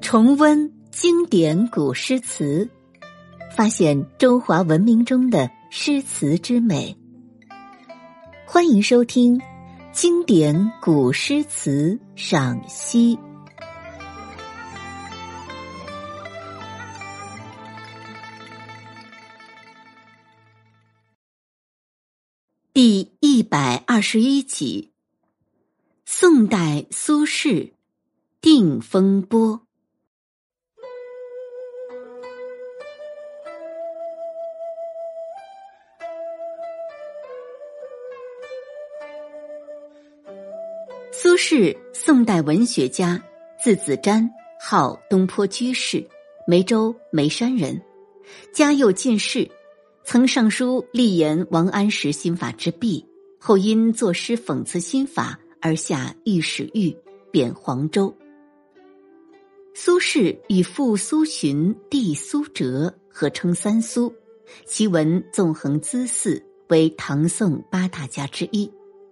重温经典古诗词，发现中华文明中的诗词之美。欢迎收听经典古诗词赏析。第121集，宋代苏轼《定风波》。苏轼，宋代文学家，字子瞻，号东坡居士，梅州眉山人，嘉佑进士，曾上书力言王安石新法之弊，后因作诗讽刺新法而下御史狱，贬黄州。苏轼与父苏洵、弟苏辙合称三苏，其文纵横姿肆，为唐宋8大家之一。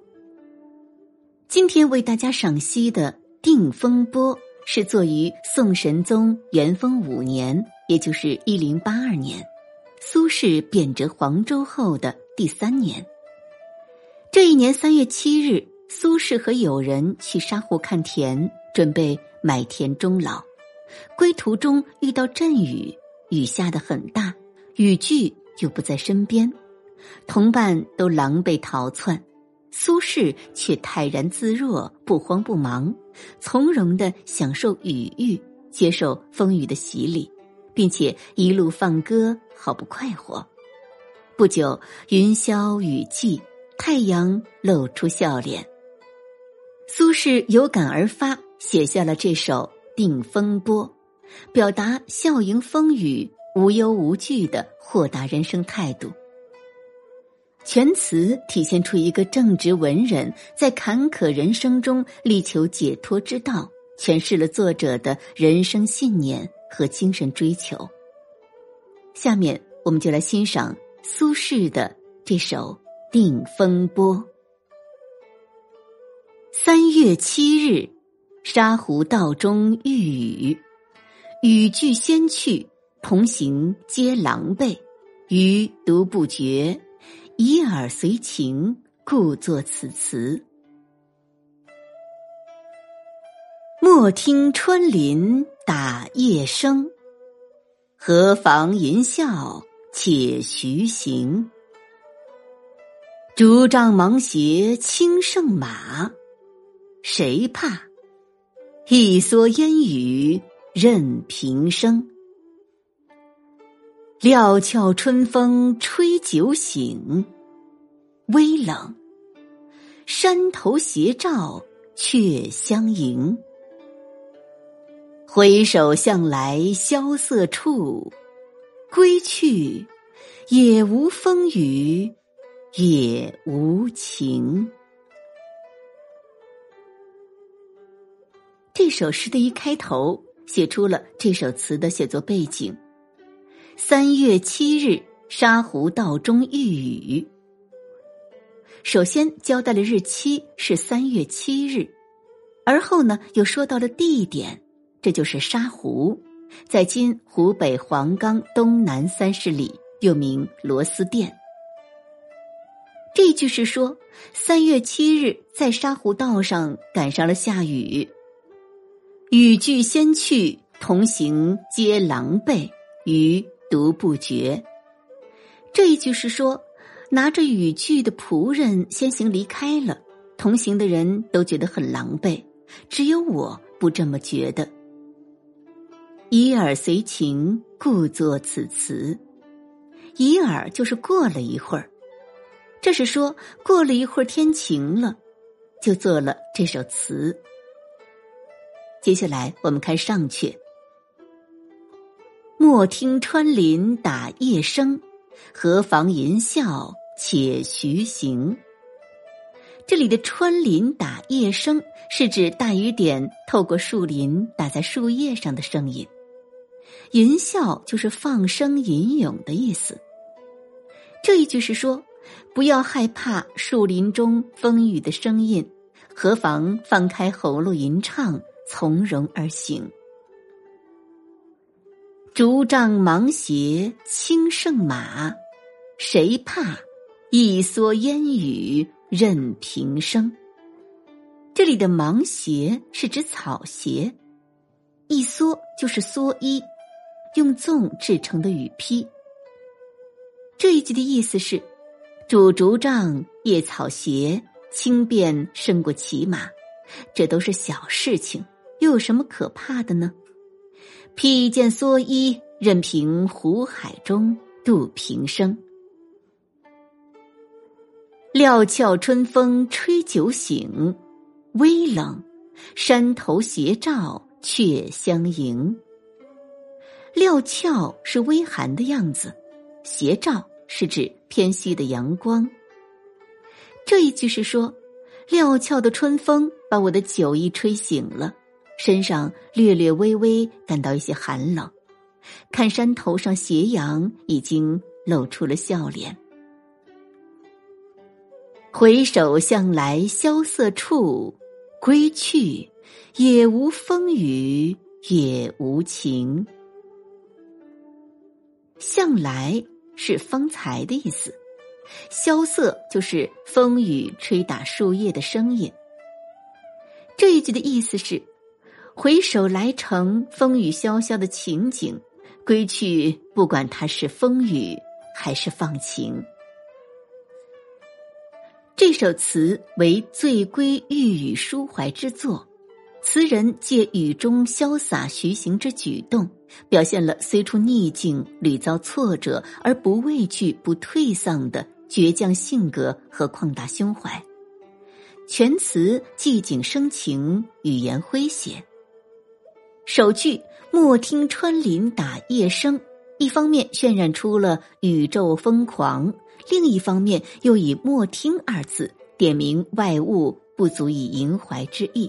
今天为大家赏析的《定风波》是作于宋神宗元丰5年，也就是1082年，苏轼贬谪黄州后的第3年。这一年3月7日，苏轼和友人去沙湖看田，准备买田终老。归途中遇到阵雨，雨下得很大，雨具又不在身边，同伴都狼狈逃窜，苏轼却泰然自若，不慌不忙，从容地享受雨浴，接受风雨的洗礼，并且一路放歌，好不快活。不久，云消雨霁，太阳露出笑脸。苏轼有感而发，写下了这首《定风波》，表达笑迎风雨，无忧无惧的豁达人生态度。全词体现出一个正直文人在坎坷人生中力求解脱之道，诠释了作者的人生信念和精神追求。下面我们就来欣赏苏轼的这首《定风波》。3月7日，沙湖道中遇雨，雨具先去，同行皆狼狈，余独不觉，以耳随情，故作此词。莫听穿林打叶声，何妨吟啸且徐行。竹杖芒鞋轻胜马，谁怕？一蓑烟雨任平生。料峭春风吹酒醒，微冷，山头斜照却相迎。回首向来萧瑟处，归去，也无风雨也无晴。这首诗的一开头写出了这首词的写作背景。3月7日，沙湖道中遇雨。首先交代了日期是3月7日，而后呢又说到了地点，这就是沙湖，在今湖北黄冈东南30里，又名螺丝店。这句是说3月7日在沙湖道上赶上了下雨，雨具先去，同行皆狼狈，余独不觉。这一句是说拿着雨具的仆人先行离开了，同行的人都觉得很狼狈，只有我不这么觉得。以耳随情，故作此词。以耳就是过了一会儿，这是说过了一会儿天晴了，就做了这首词。接下来我们看上阙。莫听穿林打叶声，何妨吟啸且徐行。这里的穿林打叶声是指大雨点透过树林打在树叶上的声音，吟啸就是放声吟咏的意思。这一句是说不要害怕树林中风雨的声音，何妨放开喉咙吟唱，从容而行。 竹杖芒鞋轻胜马，谁怕？一蓑烟雨任平生。这里的芒鞋是指草鞋，一蓑就是蓑衣，用粽制成的雨披。这一句的意思是，拄竹杖、叶草鞋轻便胜过骑马，这都是小事情，又有什么可怕的呢？披一件蓑衣，任凭湖海中度平生。料峭春风吹酒醒，微冷，山头斜照却相迎。料峭是微寒的样子，斜照是指偏西的阳光。这一句是说，料峭的春风把我的酒意吹醒了，身上略略微微感到一些寒冷，看山头上斜阳已经露出了笑脸。回首向来萧瑟处，归去，也无风雨也无晴。向来是方才的意思，萧瑟就是风雨吹打树叶的声音。这一句的意思是，回首来程风雨萧萧的情景，归去不管它是风雨还是放晴。这首词为醉归欲语抒怀之作，词人借雨中潇洒徐行之举动，表现了虽出逆境屡遭挫折而不畏惧不退丧的倔强性格和旷达胸怀。全词寂静生情，语言诙谐。首句莫听穿林打叶声，一方面渲染出了宇宙疯狂，另一方面又以莫听二字点明外物不足以萦怀之意。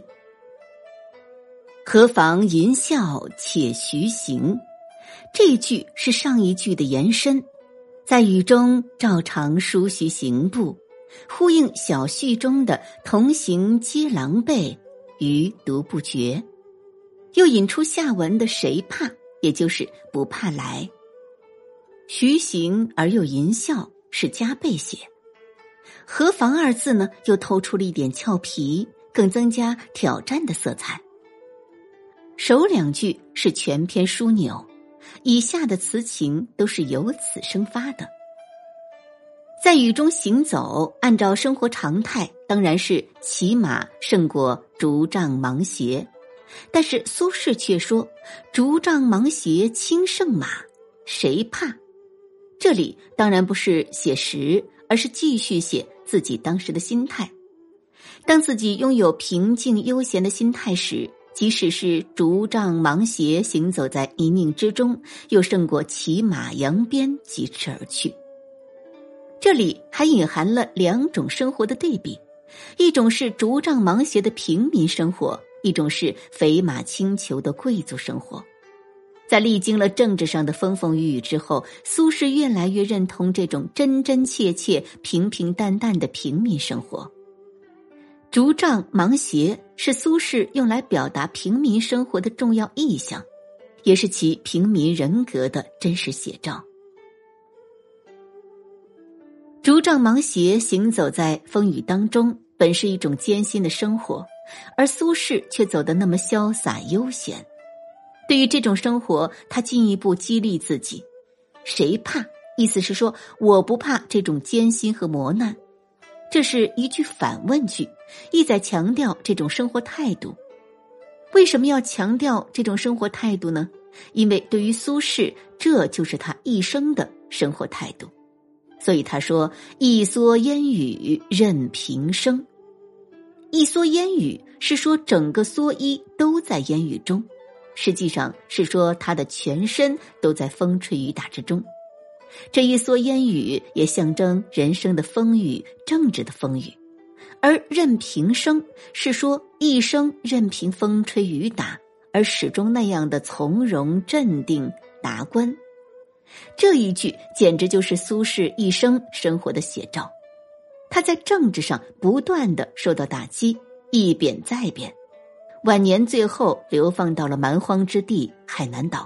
何妨吟啸且徐行，这一句是上一句的延伸，在雨中照常舒徐行步，呼应小序中的同行皆狼狈，余独不觉，又引出下文的谁怕，也就是不怕来。徐行而又吟啸是加倍写，何妨二字呢，又透出了一点俏皮，更增加挑战的色彩。首两句是全篇枢纽，以下的词情都是由此生发的。在雨中行走，按照生活常态，当然是骑马胜过竹杖芒鞋，但是苏轼却说竹杖芒鞋轻胜马，谁怕？这里当然不是写实，而是继续写自己当时的心态。当自己拥有平静悠闲的心态时，即使是竹杖芒鞋行走在一命之中，又胜过骑马扬鞭疾驰而去。这里还隐含了两种生活的对比，一种是竹杖芒鞋的平民生活，一种是飞马轻裘的贵族生活。在历经了政治上的风风雨雨之后，苏轼越来越认同这种真真切切平平淡淡的平民生活。竹杖芒鞋是苏轼用来表达平民生活的重要意象，也是其平民人格的真实写照。竹杖芒鞋行走在风雨当中，本是一种艰辛的生活，而苏轼却走得那么潇洒悠闲。对于这种生活，他进一步激励自己，谁怕？意思是说，我不怕这种艰辛和磨难。这是一句反问句，意在强调这种生活态度。为什么要强调这种生活态度呢？因为对于苏轼，这就是他一生的生活态度。所以他说一蓑烟雨任平生。一蓑烟雨是说整个蓑衣都在烟雨中，实际上是说他的全身都在风吹雨打之中。这一蓑烟雨也象征人生的风雨，政治的风雨。而任平生是说一生任凭风吹雨打，而始终那样的从容镇定达观。这一句简直就是苏轼一生生活的写照。他在政治上不断地受到打击，一贬再贬，晚年最后流放到了蛮荒之地海南岛，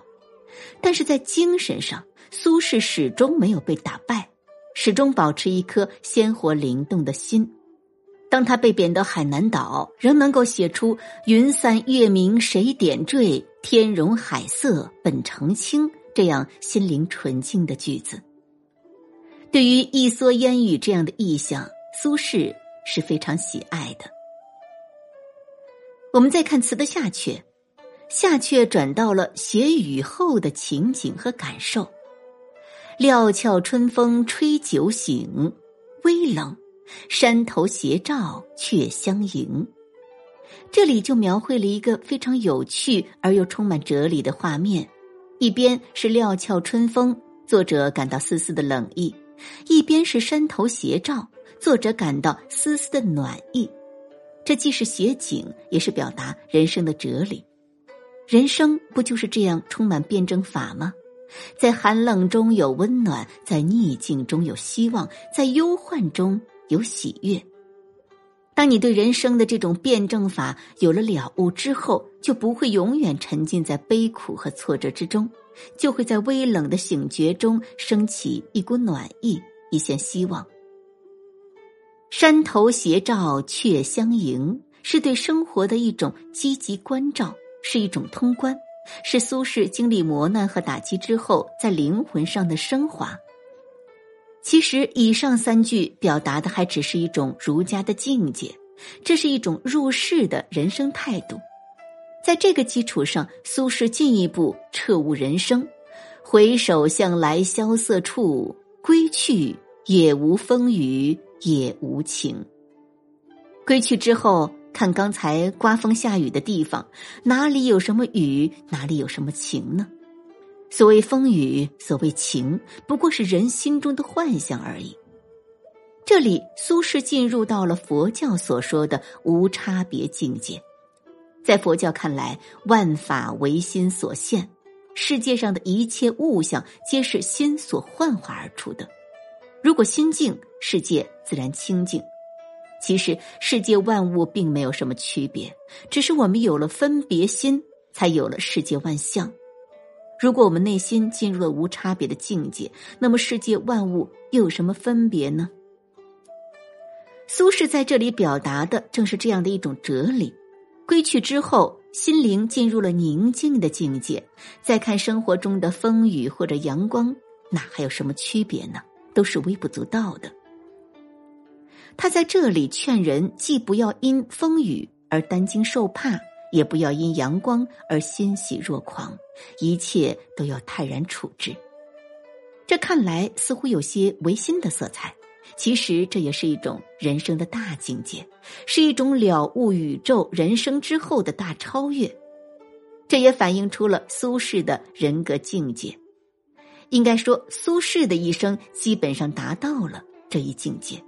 但是在精神上，苏轼始终没有被打败，始终保持一颗鲜活灵动的心。当他被贬到海南岛，仍能够写出云散月明谁点缀，天容海色本澄清这样心灵纯净的句子。对于一蓑烟雨这样的意象，苏轼是非常喜爱的。我们再看词的下阙，下阙转到了写雨后的情景和感受。料峭春风吹酒醒，微冷，山头斜照却相迎。这里就描绘了一个非常有趣而又充满哲理的画面，一边是料峭春风，作者感到丝丝的冷意，一边是山头斜照，作者感到丝丝的暖意。这既是写景，也是表达人生的哲理。人生不就是这样充满辩证法吗？在寒冷中有温暖，在逆境中有希望，在忧患中有喜悦。当你对人生的这种辩证法有了了悟之后，就不会永远沉浸在悲苦和挫折之中，就会在微冷的醒觉中升起一股暖意，一线希望。山头斜照却相迎，是对生活的一种积极关照，是一种通关，是苏轼经历磨难和打击之后在灵魂上的升华。其实以上三句表达的还只是一种儒家的境界，这是一种入世的人生态度。在这个基础上，苏轼进一步彻悟人生，回首向来萧瑟处，归去也无风雨也无晴。归去之后，看刚才刮风下雨的地方，哪里有什么雨，哪里有什么晴呢？所谓风雨，所谓晴，不过是人心中的幻想而已。这里苏轼进入到了佛教所说的无差别境界。在佛教看来，万法唯心所现，世界上的一切物象皆是心所幻化而出的。如果心静，世界自然清净。其实世界万物并没有什么区别，只是我们有了分别心，才有了世界万象。如果我们内心进入了无差别的境界，那么世界万物又有什么分别呢？苏轼在这里表达的正是这样的一种哲理。归去之后，心灵进入了宁静的境界，再看生活中的风雨或者阳光，哪还有什么区别呢？都是微不足道的。他在这里劝人既不要因风雨而担惊受怕，也不要因阳光而欣喜若狂，一切都要泰然处之。这看来似乎有些唯心的色彩，其实这也是一种人生的大境界，是一种了悟宇宙人生之后的大超越。这也反映出了苏轼的人格境界。应该说，苏轼的一生基本上达到了这一境界。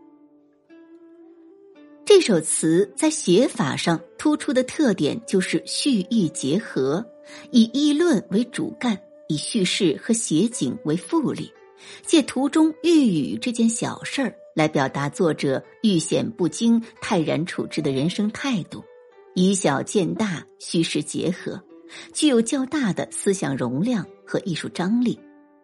这首词在写法上突出的特点就是叙意结合，以议论为主干，以叙事和写景为副理，借途中遇雨这件小事儿来表达作者遇险不惊、泰然处之的人生态度，以小见大，叙事结合，具有较大的思想容量和艺术张力。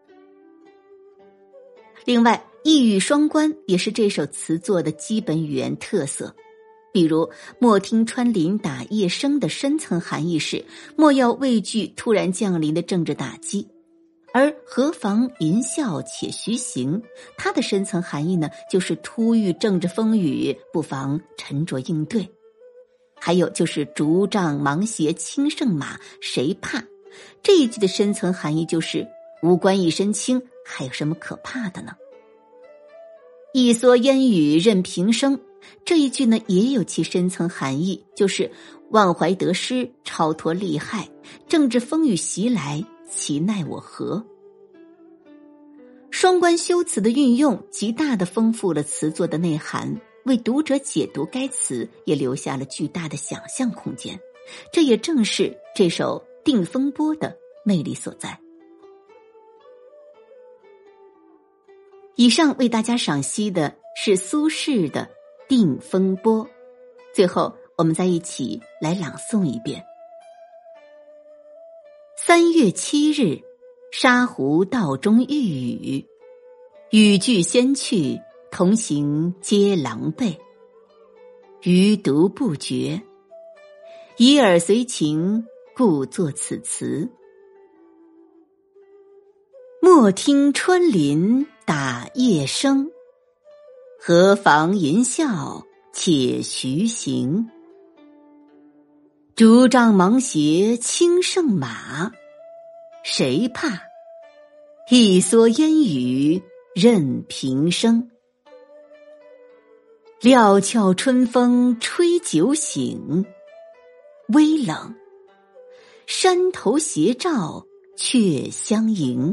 另外，一语双关也是这首词作的基本语言特色。比如莫听穿林打叶声的深层含义是莫要畏惧突然降临的政治打击，而何妨吟啸且徐行，它的深层含义呢，就是突遇政治风雨，不妨沉着应对。还有就是竹杖芒鞋轻胜马，谁怕？这一句的深层含义就是无官一身轻，还有什么可怕的呢？一蓑烟雨任平生，这一句呢也有其深层含义，就是忘怀得失，超脱利害，政治风雨袭来，其奈我何？双关修辞的运用极大地丰富了词作的内涵，为读者解读该词也留下了巨大的想象空间，这也正是这首《定风波》的魅力所在。以上为大家赏析的是苏轼的《定风波》，最后我们再一起来朗诵一遍。3月7日， 沙湖道中遇雨，雨具先去，同行皆狼狈。余独不觉，以耳随情，故作此词。莫听春林打叶声，何妨吟啸且徐行。竹杖芒鞋轻胜马，谁怕？一蓑烟雨任平生。料峭春风吹酒醒，微冷，山头斜照却相迎。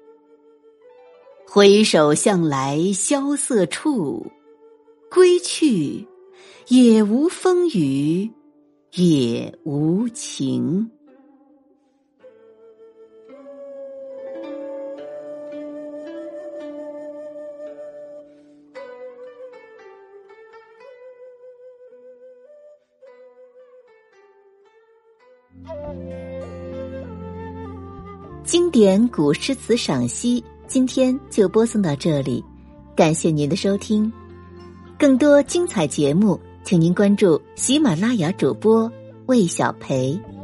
回首向来萧瑟处，归去，也无风雨也无晴。经典古诗词赏析，今天就播送到这里，感谢您的收听。更多精彩节目，请您关注喜马拉雅主播魏小培。